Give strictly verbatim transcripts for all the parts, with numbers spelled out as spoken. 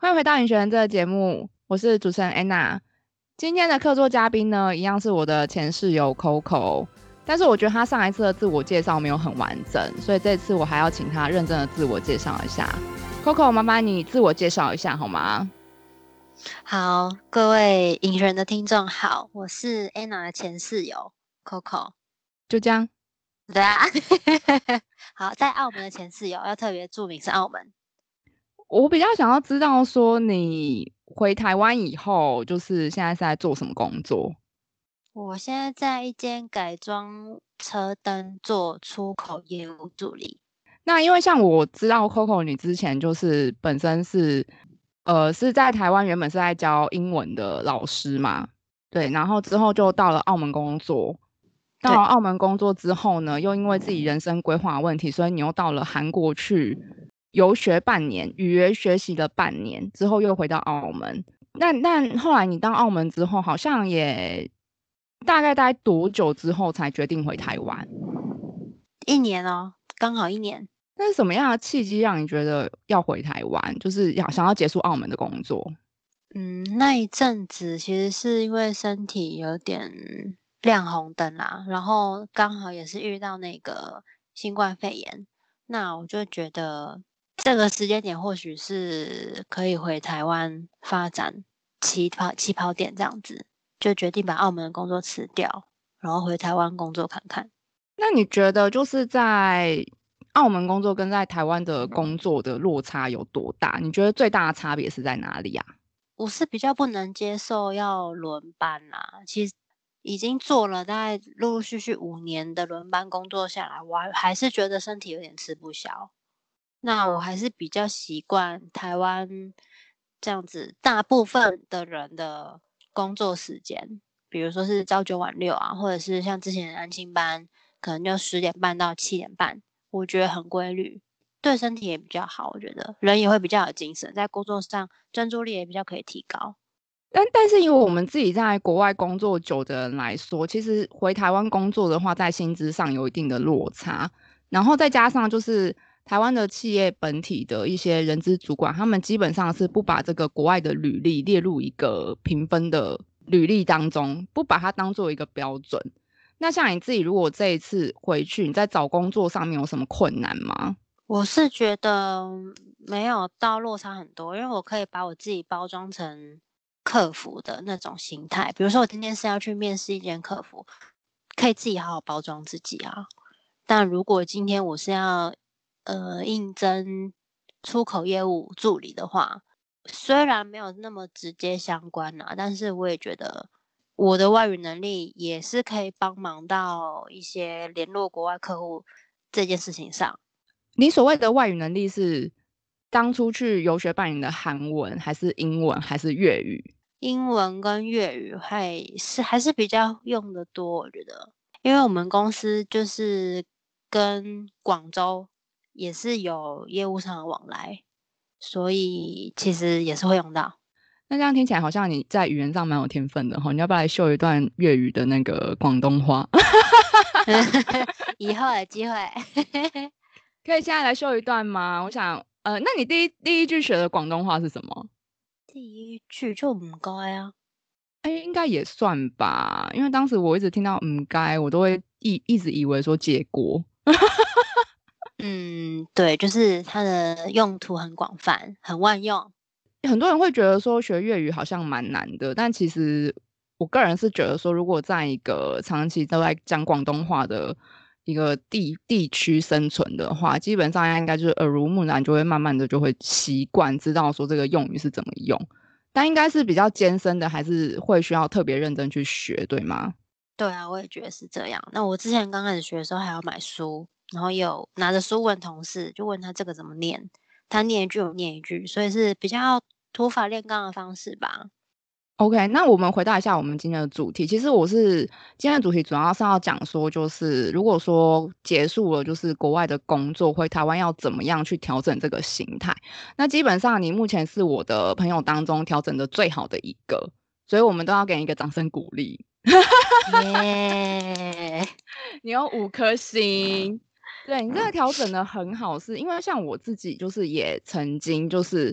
欢迎回到影学人这个节目，我是主持人 Anna。今天的客座嘉宾呢，一样是我的前室友 Coco， 但是我觉得他上一次的自我介绍没有很完整，所以这次我还要请他认真的自我介绍一下。Coco， 麻烦你自我介绍一下好吗？ 好，各位影人的听众好，我是 Anna 的前室友 Coco。 就这样。 对啊，好，在澳门的前室友要特别注明是澳门。 我比较想要知道说你回台湾以后，就是现在是在做什么工作？ 我现在在一间改装车灯做出口业务助理。 那因为像我知道 Coco 你之前就是本身是呃是在台湾原本是在教英文的老师嘛，对，然后之后就到了澳门工作，到了澳门工作之后呢，又因为自己人生规划问题，所以你又到了韩国去游学半年，语言学习了半年之后又回到澳门。那那后来你到澳门之后，好像也大概待多久之后才决定回台湾？ 一年哦，刚好一年。 那是什么样的契机让你觉得要回台湾，就是要想要结束澳门的工作？ 嗯，那一阵子其实是因为身体有点亮红灯啦，然后刚好也是遇到那个新冠肺炎，那我就觉得这个时间点或许是可以回台湾发展起跑起跑点这样子，就决定把澳门的工作辞掉，然后回台湾工作看看。 那你觉得就是在澳门工作跟在台湾的工作的落差有多大？你觉得最大的差别是在哪里啊？ 我是比较不能接受要轮班啦，其实已经做了大概陆陆续续五年的轮班工作下来，我还还是觉得身体有点吃不消。那我还是比较习惯台湾这样子，大部分的人的工作时间，比如说是朝九晚六啊，或者是像之前的安亲班，可能就十点半到七点半，我觉得很规律。对身体也比较好，我觉得人也会比较有精神，在工作上专注力也比较可以提高。 但但是，因为我们自己在国外工作久的人来说，其实回台湾工作的话，在薪资上有一定的落差，然后再加上就是台湾的企业本体的一些人资主管，他们基本上是不把这个国外的履历列入一个评分的履历当中，不把它当做一个标准。那像你自己，如果这一次回去，你在找工作上面有什么困难吗？ 我是觉得没有到落差很多，因为我可以把我自己包装成客服的那种心态。比如说，我今天是要去面试一间客服，可以自己好好包装自己啊。但如果今天我是要呃应征出口业务助理的话，虽然没有那么直接相关啊，但是我也觉得我的外语能力也是可以帮忙到一些联络国外客户这件事情上。 你所谓的外语能力是当初去游学半年的韩文，还是英文，还是粤语？ 英文跟粤语还是还是比较用的多，我觉得，因为我们公司就是跟广州也是有业务上的往来，所以其实也是会用到。 那这样听起来好像你在语言上蛮有天分的哈，你要不要来秀一段粤语的那个广东话？ 以后有机会。 可以现在来秀一段吗？我想，呃，那你第一第一句学的广东话是什么？ 第一句就唔該啊。 哎，应该也算吧，因为当时我一直听到“嗯该”，我都会一一直以为说结果。 嗯，对，就是它的用途很广泛，很万用。 很多人会觉得说学粤语好像蛮难的，但其实我个人是觉得说，如果在一个长期都在讲广东话的一个地地区生存的话，基本上应该就是耳濡目染，就会慢慢的就会习惯知道说这个用语是怎么用。但应该是比较艰深的，还是会需要特别认真去学，对吗？ 对啊，我也觉得是这样。那我之前刚开始学的时候还要买书，然后有拿着书问同事，就问他这个怎么念，他念一句我念一句，所以是比较土法炼钢的方式吧。 OK，那我们回答一下我们今天的主题。其实我是今天的主题主要是要讲说，就是如果说结束了就是国外的工作，回台湾要怎么样去调整这个心态。那基本上你目前是我的朋友当中调整的最好的一个，所以我们都要给你一个掌声鼓励。 耶、 你有五颗星，对你这个调整的很好是，因为像我自己就是也曾经就是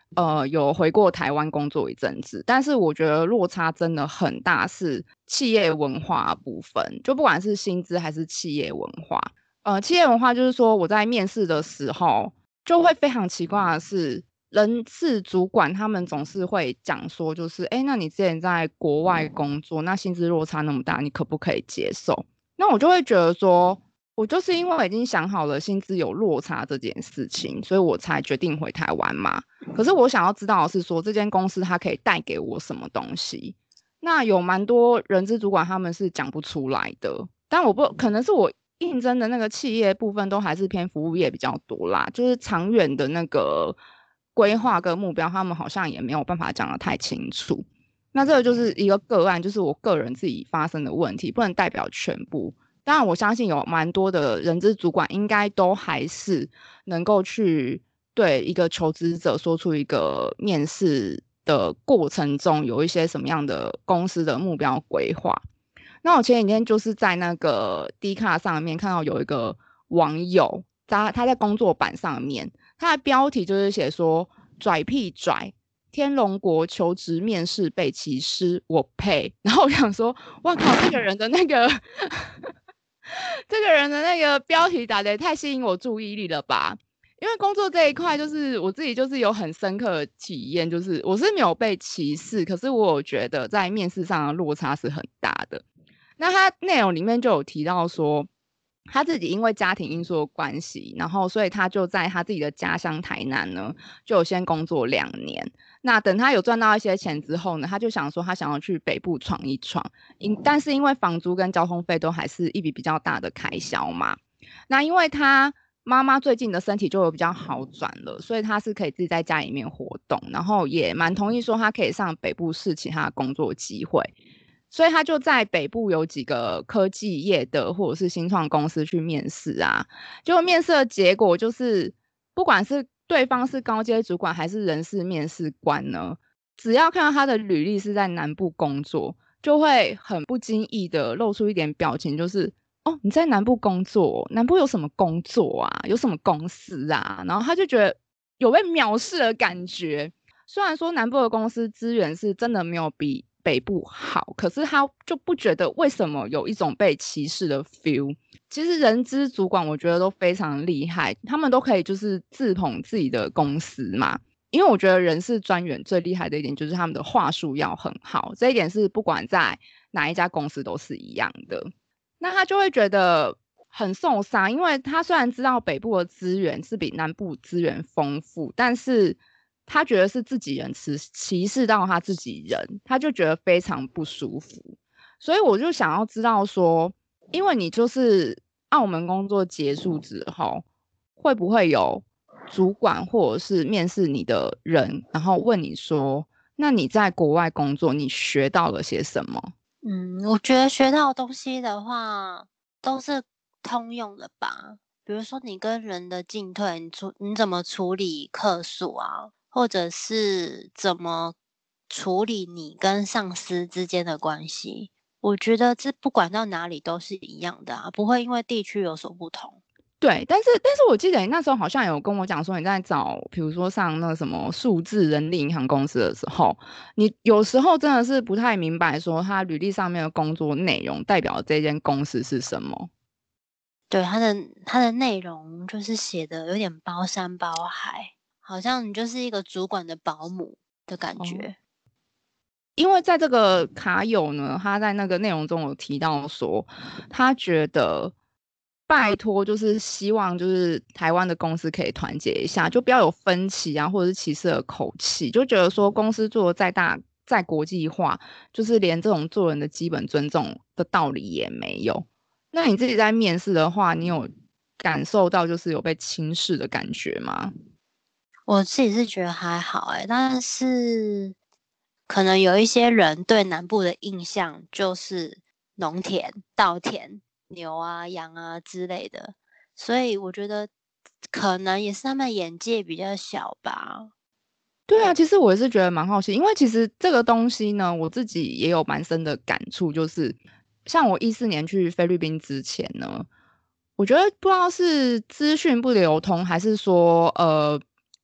呃有回过台湾工作一阵子，但是我觉得落差真的很大，是企业文化部分，就不管是薪资还是企业文化。呃，企业文化就是说我在面试的时候就会非常奇怪的是，人事主管他们总是会讲说，就是哎，那你之前在国外工作，那薪资落差那么大，你可不可以接受？那我就会觉得说，我就是因为已经想好了薪资有落差这件事情，所以我才决定回台湾嘛。可是我想要知道的是说，这间公司它可以带给我什么东西？那有蛮多人资主管他们是讲不出来的，但我不可能是我应征的那个企业部分都还是偏服务业比较多啦，就是长远的那个规划跟目标，他们好像也没有办法讲得太清楚。那这个就是一个个案，就是我个人自己发生的问题，不能代表全部。当然，我相信有蛮多的人资主管应该都还是能够去对一个求职者说出一个面试的过程中有一些什么样的公司的目标规划。那我前几天就是在那个 D 卡上面看到有一个网友，他他在工作板上面，他的标题就是写说拽屁拽，天龙国求职面试被歧视，我配。然后我想说，哇靠，这个人的那个这个人的那个标题打得也太吸引我注意力了吧？因为工作这一块，就是我自己就是有很深刻的体验，就是我是没有被歧视，可是我有觉得在面试上的落差是很大的。那他内容里面就有提到说，他自己因为家庭因素的关系，然后所以他就在他自己的家乡台南呢，就有先工作两年。那等他有赚到一些钱之后呢，他就想说他想要去北部闯一闯，因但是因为房租跟交通费都还是一笔比较大的开销嘛。那因为他妈妈最近的身体就有比较好转了，所以他是可以自己在家里面活动，然后也蛮同意说他可以上北部市其他的工作机会。所以他就在北部有几个科技业的或者是新创公司去面试啊，结果面试的结果就是，不管是对方是高阶主管还是人事面试官呢，只要看到他的履历是在南部工作，就会很不经意的露出一点表情，就是哦，你在南部工作，南部有什么工作啊？有什么公司啊？然后他就觉得有被藐视的感觉。虽然说南部的公司资源是真的没有比北部好，可是他就不觉得为什么有一种被歧视的 feel。其实人资主管我觉得都非常厉害，他们都可以就是自捧自己的公司嘛。因为我觉得人事专员最厉害的一点就是他们的话术要很好，这一点是不管在哪一家公司都是一样的。那他就会觉得很受伤，因为他虽然知道北部的资源是比南部资源丰富，但是他觉得是自己人歧歧视到他自己人，他就觉得非常不舒服。所以我就想要知道说，因为你就是澳门工作结束之后，会不会有主管或者是面试你的人，然后问你说，那你在国外工作，你学到了些什么？ 嗯，我觉得学到的东西的话，都是通用的吧。比如说你跟人的进退，你处你怎么处理客诉啊，或者是怎么处理你跟上司之间的关系。我觉得这不管到哪里都是一样的啊，不会因为地区有所不同。 对，但是但是我记得你那时候好像有跟我讲说，你在找，比如说上那个什么数字人力银行公司的时候，你有时候真的是不太明白说他履历上面的工作内容代表这间公司是什么。 对，它的它的内容就是写的有点包山包海，好像你就是一个主管的保姆的感觉。 哦，因为在这个卡友呢，他在那个内容中有提到说，他觉得拜托，就是希望就是台湾的公司可以团结一下，就不要有分歧啊，或者是歧视的口气，就觉得说公司做的再大再国际化，就是连这种做人的基本尊重的道理也没有。那你自己在面试的话，你有感受到就是有被轻视的感觉吗？ 我自己是觉得还好诶，但是可能有一些人对南部的印象就是农田、稻田、牛啊、羊啊之类的，所以我觉得可能也是他们眼界比较小吧。 对啊，其实我也是觉得蛮好奇，因为其实这个东西呢，我自己也有蛮深的感触，就是像我一四年去菲律宾之前呢，我觉得不知道是资讯不流通，还是说呃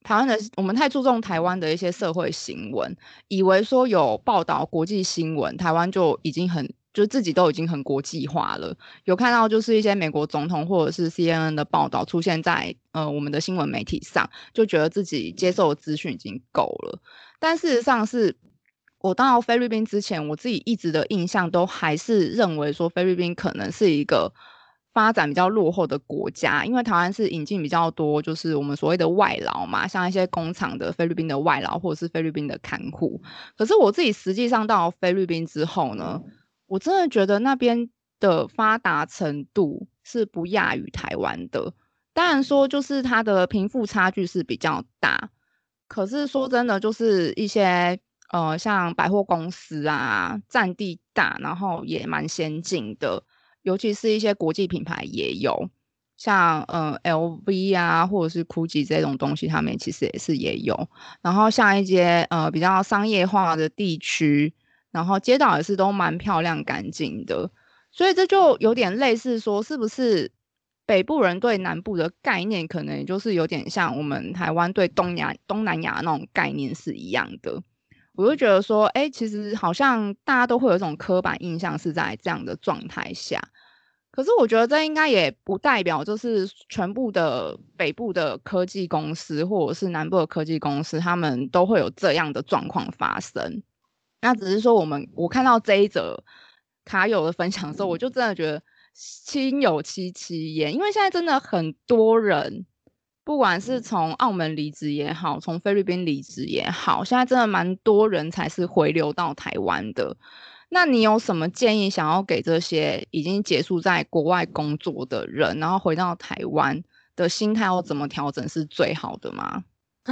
台湾的我们太注重台湾的一些社会新闻，以为说有报道国际新闻，台湾就已经很就自己都已经很国际化了。有看到就是一些美国总统或者是 C N N 的报道出现在呃我们的新闻媒体上，就觉得自己接受的资讯已经够了。但事实上是，我到菲律宾之前，我自己一直的印象都还是认为说菲律宾可能是一个发展比较落后的国家，因为台湾是引进比较多，就是我们所谓的外劳嘛，像一些工厂的菲律宾的外劳或者是菲律宾的看护。可是我自己实际上到菲律宾之后呢，我真的觉得那边的发达程度是不亚于台湾的。当然说就是它的贫富差距是比较大，可是说真的，就是一些呃像百货公司啊，占地大，然后也蛮先进的。尤其是一些国际品牌也有，像呃 L V 啊，或者是 Gucci 这种东西，他们其实也是也有。然后像一些呃比较商业化的地区，然后街道也是都蛮漂亮干净的。所以这就有点类似说，是不是北部人对南部的概念，可能也就是有点像我们台湾对东亚、东南亚那种概念是一样的。我就觉得说，哎、欸，其实好像大家都会有一种刻板印象是在这样的状态下。可是我觉得这应该也不代表就是全部的北部的科技公司或者是南部的科技公司，他们都会有这样的状况发生。那只是说我们我看到这一则卡友的分享的时候，我就真的觉得心有戚戚焉，因为现在真的很多人。不管是从澳门离职也好，从菲律宾离职也好，现在真的蛮多人才是回流到台湾的。那你有什么建议想要给这些已经结束在国外工作的人，然后回到台湾的心态要怎么调整是最好的吗？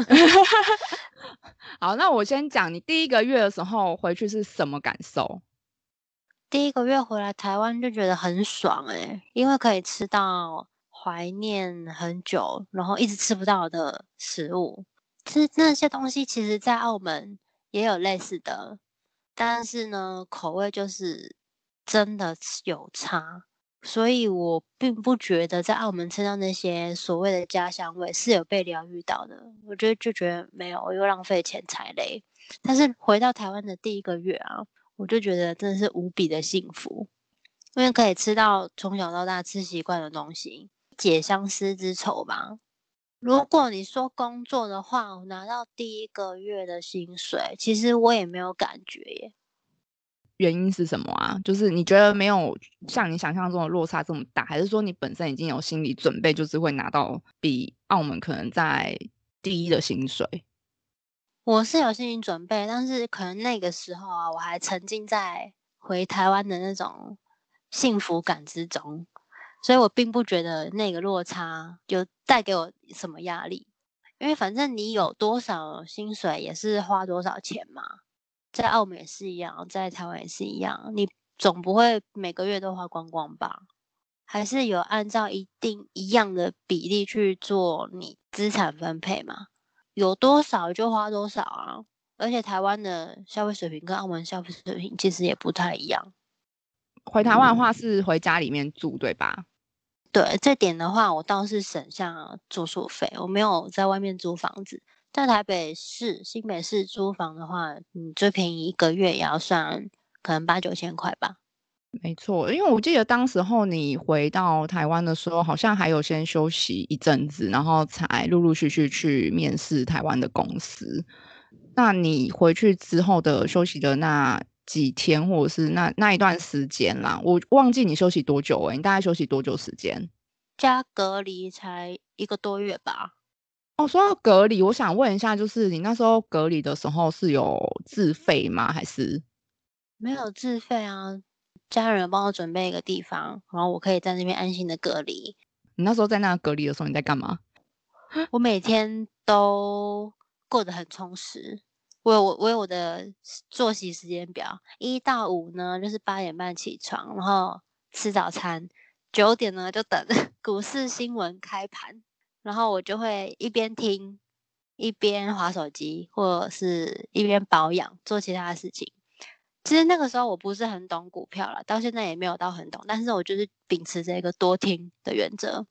好，那我先讲，你第一个月的时候回去是什么感受？ 第一个月回来台湾就觉得很爽诶、欸，因为可以吃到怀念很久，然后一直吃不到的食物。其实那些东西其实在澳门也有类似的，但是呢，口味就是真的有差。所以我并不觉得在澳门吃到那些所谓的家乡味是有被疗愈到的。我觉得就觉得没有，又浪费钱踩雷。但是回到台湾的第一个月啊，我就觉得真的是无比的幸福，因为可以吃到从小到大吃习惯的东西，解相思之愁吧。如果你说工作的话，我拿到第一个月的薪水，其实我也没有感觉耶。 原因是什么啊？就是你觉得没有像你想象中的落差这么大，还是说你本身已经有心理准备，就是会拿到比澳门可能在低的薪水？ 我是有心理准备，但是可能那个时候啊，我还沉浸在回台湾的那种幸福感之中，所以我并不觉得那个落差有带给我什么压力，因为反正你有多少薪水也是花多少钱嘛。在澳门也是一样，在台湾也是一样，你总不会每个月都花光光吧？还是有按照一定一样的比例去做你资产分配嘛？有多少就花多少啊！而且台湾的消费水平跟澳门消费水平其实也不太一样。 回台湾的话是回家里面住，对吧？ 对，这点的话，我倒是省下住宿费，我没有在外面租房子。在台北市、新北市租房的话，你最便宜一个月也要算可能八九千块吧。 没错，因为我记得当时候你回到台湾的时候，好像还有先休息一阵子，然后才陆陆续续去面试台湾的公司。那你回去之后的休息的那几天，或者是那那一段时间啦，我忘记你休息多久欸，你大概休息多久时间？ 加隔离才一个多月吧。 哦，说到隔离，我想问一下，就是你那时候隔离的时候是有自费吗？还是没有自费啊，家人帮我准备一个地方，然后我可以在那边安心的隔离。 你那时候在那隔离的时候你在干嘛？ 我每天都过得很充实，我有我有我的作息时间表，一到五呢就是八点半起床，然后吃早餐，九点呢就等股市新闻开盘，然后我就会一边听一边滑手机，或者是一边保养做其他的事情。其实那个时候我不是很懂股票啦，到现在也没有到很懂，但是我就是秉持着一个多听的原则。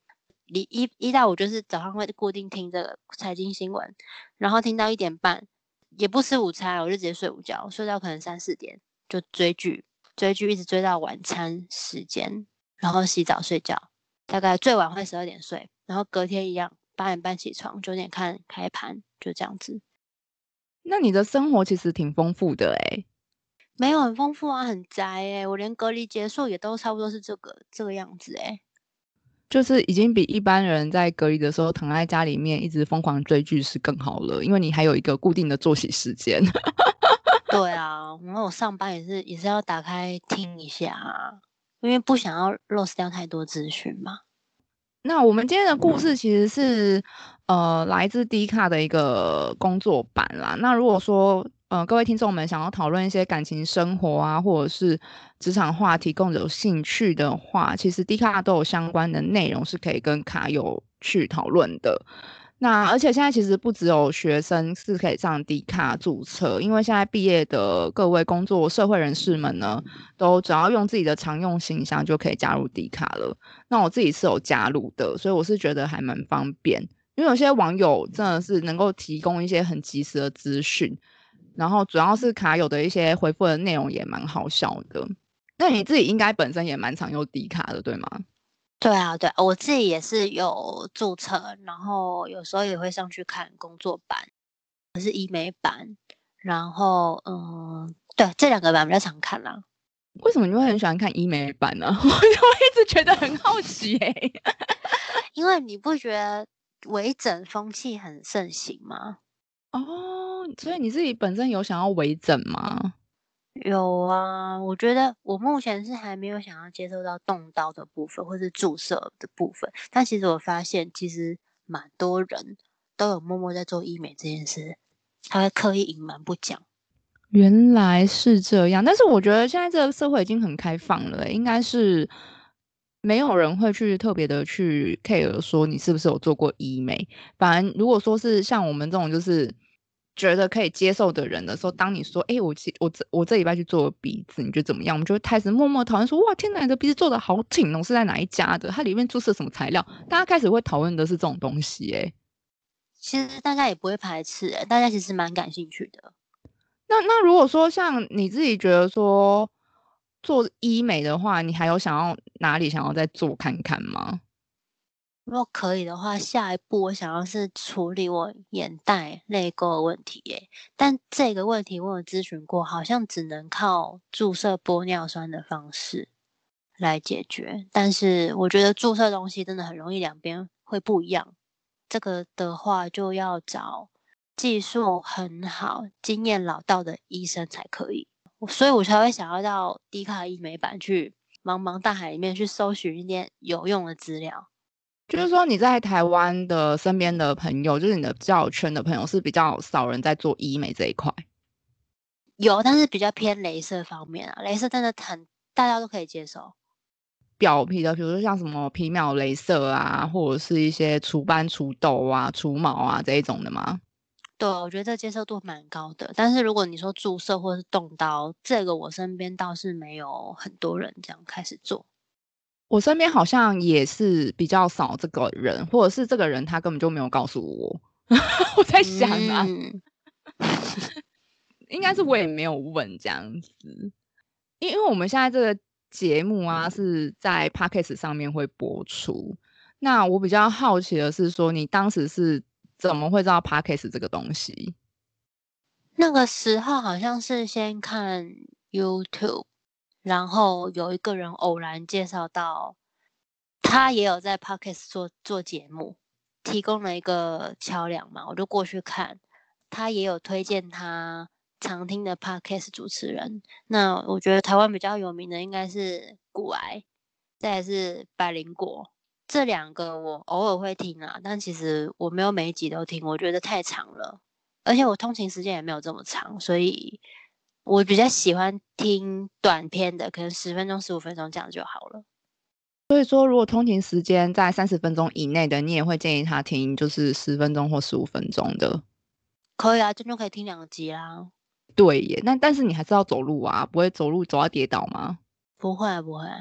一一一到五就是早上会固定听这个财经新闻，然后听到一点半，也不吃午餐，我就直接睡午觉，睡到可能三四点就追剧，追剧一直追到晚餐时间，然后洗澡睡觉，大概最晚会十二点睡，然后隔天一样八点半起床，九点看开盘，就这样子。 那你的生活其实挺丰富的欸。 没有很丰富啊，很宅欸，我连隔离结束也都差不多是这个这个样子欸。 就是已经比一般人在隔离的时候躺在家里面一直疯狂追剧是更好了，因为你还有一个固定的作息时间。 对啊，然后我上班也是也是要打开听一下啊，因为不想要 lost 掉太多资讯嘛。 那我们今天的故事其实是呃来自 D 卡的一个工作版啦。那如果说呃各位听众们想要讨论一些感情生活啊，或者是职场话题，更有兴趣的话，其实 D 卡都有相关的内容是可以跟卡友去讨论的。那而且现在其实不只有学生是可以上 D 卡注册，因为现在毕业的各位工作社会人士们呢，都只要用自己的常用信箱就可以加入 D 卡了。那我自己是有加入的，所以我是觉得还蛮方便。因为有些网友真的是能够提供一些很及时的资讯，然后主要是卡友的一些回复的内容也蛮好笑的。那你自己应该本身也蛮常用 D 卡的，对吗？ 对啊，对啊，我自己也是有注册，然后有时候也会上去看工作版，或是医美版，然后嗯，对，这两个版比较常看啦。 为什么你会很喜欢看医美版呢？我我一直觉得很好奇哎、欸。 因为你不觉得微整风气很盛行吗？ 哦，所以你自己本身有想要微整吗？ 有啊，我觉得我目前是还没有想要接受到动刀的部分，或是注射的部分。但其实我发现，其实蛮多人都有默默在做医美这件事，他会刻意隐瞒不讲。 原来是这样，但是我觉得现在这个社会已经很开放了欸，应该是没有人会去特别的去 care 说你是不是有做过医美。反而如果说是像我们这种就是觉得可以接受的人的时候，当你说，哎、我其我这我这礼拜去做了鼻子，你觉得怎么样？我们就会开始默默讨论说，哇，天哪，你的鼻子做的好挺哦，是在哪一家的？它里面注射什么材料？大家开始会讨论的是这种东西、欸， 其实大家也不会排斥、欸，大家其实蛮感兴趣的。 那那如果说像你自己觉得说做医美的话，你还有想要哪里想要再做看看吗？ 如果可以的话，下一步我想要是处理我眼袋泪沟的问题耶。但这个问题我有咨询过，好像只能靠注射玻尿酸的方式来解决。但是我觉得注射东西真的很容易两边会不一样，这个的话就要找技术很好、经验老道的医生才可以。所以我才会想要到低卡医美版去茫茫大海里面去搜寻一点有用的资料。 就是说你在台湾的身边的朋友，就是你的交友圈的朋友，是比较少人在做医美这一块。 有，但是比较偏镭射方面啊，镭射真的很大家都可以接受。 表皮的，比如说像什么皮秒镭射啊，或者是一些除斑、除痘啊、除毛啊这一种的吗？ 对，我觉得这接受度蛮高的。但是如果你说注射或是动刀，这个我身边倒是没有很多人这样开始做。 我身边好像也是比较少这个人，或者是这个人他根本就没有告诉我。我在想啊， 嗯， 应该是我也没有问这样子，因因为我们现在这个节目啊是在 Podcast 上面会播出。那我比较好奇的是说，你当时是怎么会知道 Podcast 这个东西？ 那个时候好像是先看 YouTube，然后有一个人偶然介绍到，他也有在 Podcast 做做节目，提供了一个桥梁嘛，我就过去看。他也有推荐他常听的 Podcast 主持人。那我觉得台湾比较有名的应该是古癌，再来是百灵果，这两个我偶尔会听啊，但其实我没有每一集都听，我觉得太长了，而且我通勤时间也没有这么长，所以我比较喜欢听短篇的，可能十分钟、十五分钟这样就好了。 所以说，如果通勤时间在三十分钟以内的，你也会建议他听，就是十分钟或十五分钟的。 可以啊，这就可以听两集啦。 对耶，那但是你还是要走路啊，不会走路走到跌倒吗？ 不会啊，不会啊。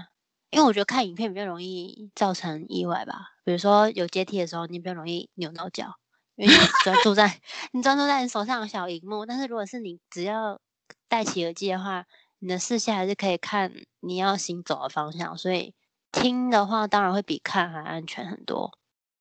因为我觉得看影片比较容易造成意外吧，比如说有阶梯的时候，你比较容易扭到脚，因为你专注在你专注在你手上的小荧幕。但是如果是你只要戴起耳机的话，你的视线还是可以看你要行走的方向，所以听的话当然会比看还安全很多。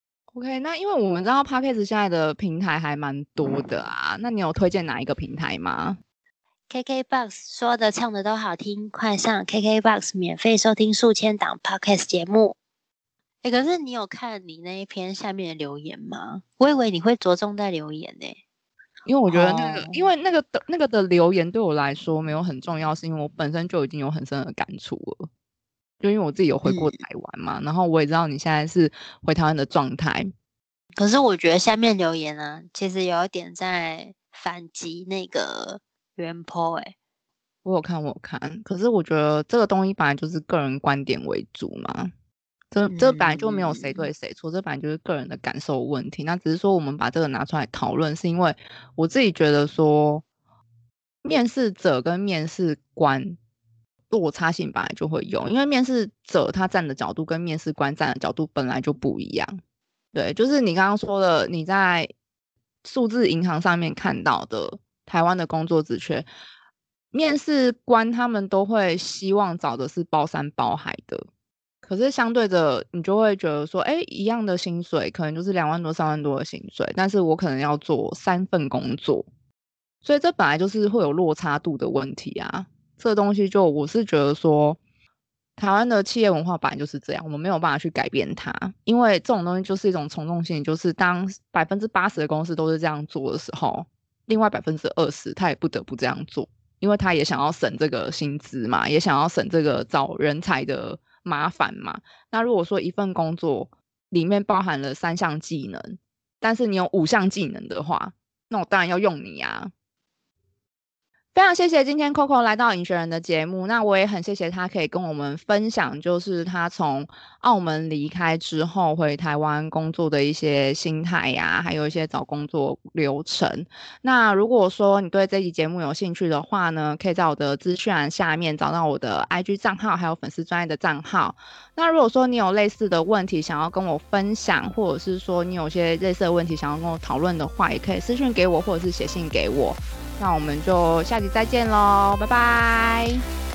OK， 那因为我们知道 Podcast 现在的平台还蛮多的啊，那你有推荐哪一个平台吗 ？K K B O X 说的唱的都好听，快上 K K B O X 免费收听数千档 Podcast 节目。欸，可是你有看你那一篇下面的留言吗？我以为你会着重在留言呢、欸。 因为我觉得那个， 哦、 因为那个的那个的留言对我来说没有很重要，是因为我本身就已经有很深的感触了。就因为我自己有回过台湾嘛，嗯、然后我也知道你现在是回台湾的状态。 可是我觉得下面留言呢、啊，其实有一点在反击那个原 po 哎、欸。 我有看，我有看，可是我觉得这个东西本来就是个人观点为主嘛。这这本来就没有谁对谁错，这本来就是个人的感受问题。那只是说我们把这个拿出来讨论，是因为我自己觉得说，面试者跟面试官落差性本来就会有，因为面试者他站的角度跟面试官站的角度本来就不一样。对，就是你刚刚说的，你在数字银行上面看到的台湾的工作职缺，面试官他们都会希望找的是包山包海的。可是相对的，你就会觉得说，哎，一样的薪水，可能就是两万多、三万多的薪水，但是我可能要做三份工作，所以这本来就是会有落差度的问题啊。这个东西就我是觉得说，台湾的企业文化本来就是这样，我们没有办法去改变它，因为这种东西就是一种从众性，就是当百分之八十的公司都是这样做的时候，另外百分之二十他也不得不这样做，因为他也想要省这个薪资嘛，也想要省这个找人才的麻烦嘛。那如果说一份工作里面包含了三项技能，但是你有五项技能的话，那我当然要用你啊。非常谢谢今天 Coco 来到瘾学人的节目，那我也很谢谢他可以跟我们分享，就是他从澳门离开之后回台湾工作的一些心态呀、啊，还有一些找工作流程。那如果说你对这期节目有兴趣的话呢，可以在我的资讯栏下面找到我的 I G 账号，还有粉丝专页的账号。那如果说你有类似的问题想要跟我分享，或者是说你有些类似的问题想要跟我讨论的话，也可以私讯给我，或者是写信给我。那我们就下集再见咯，拜拜。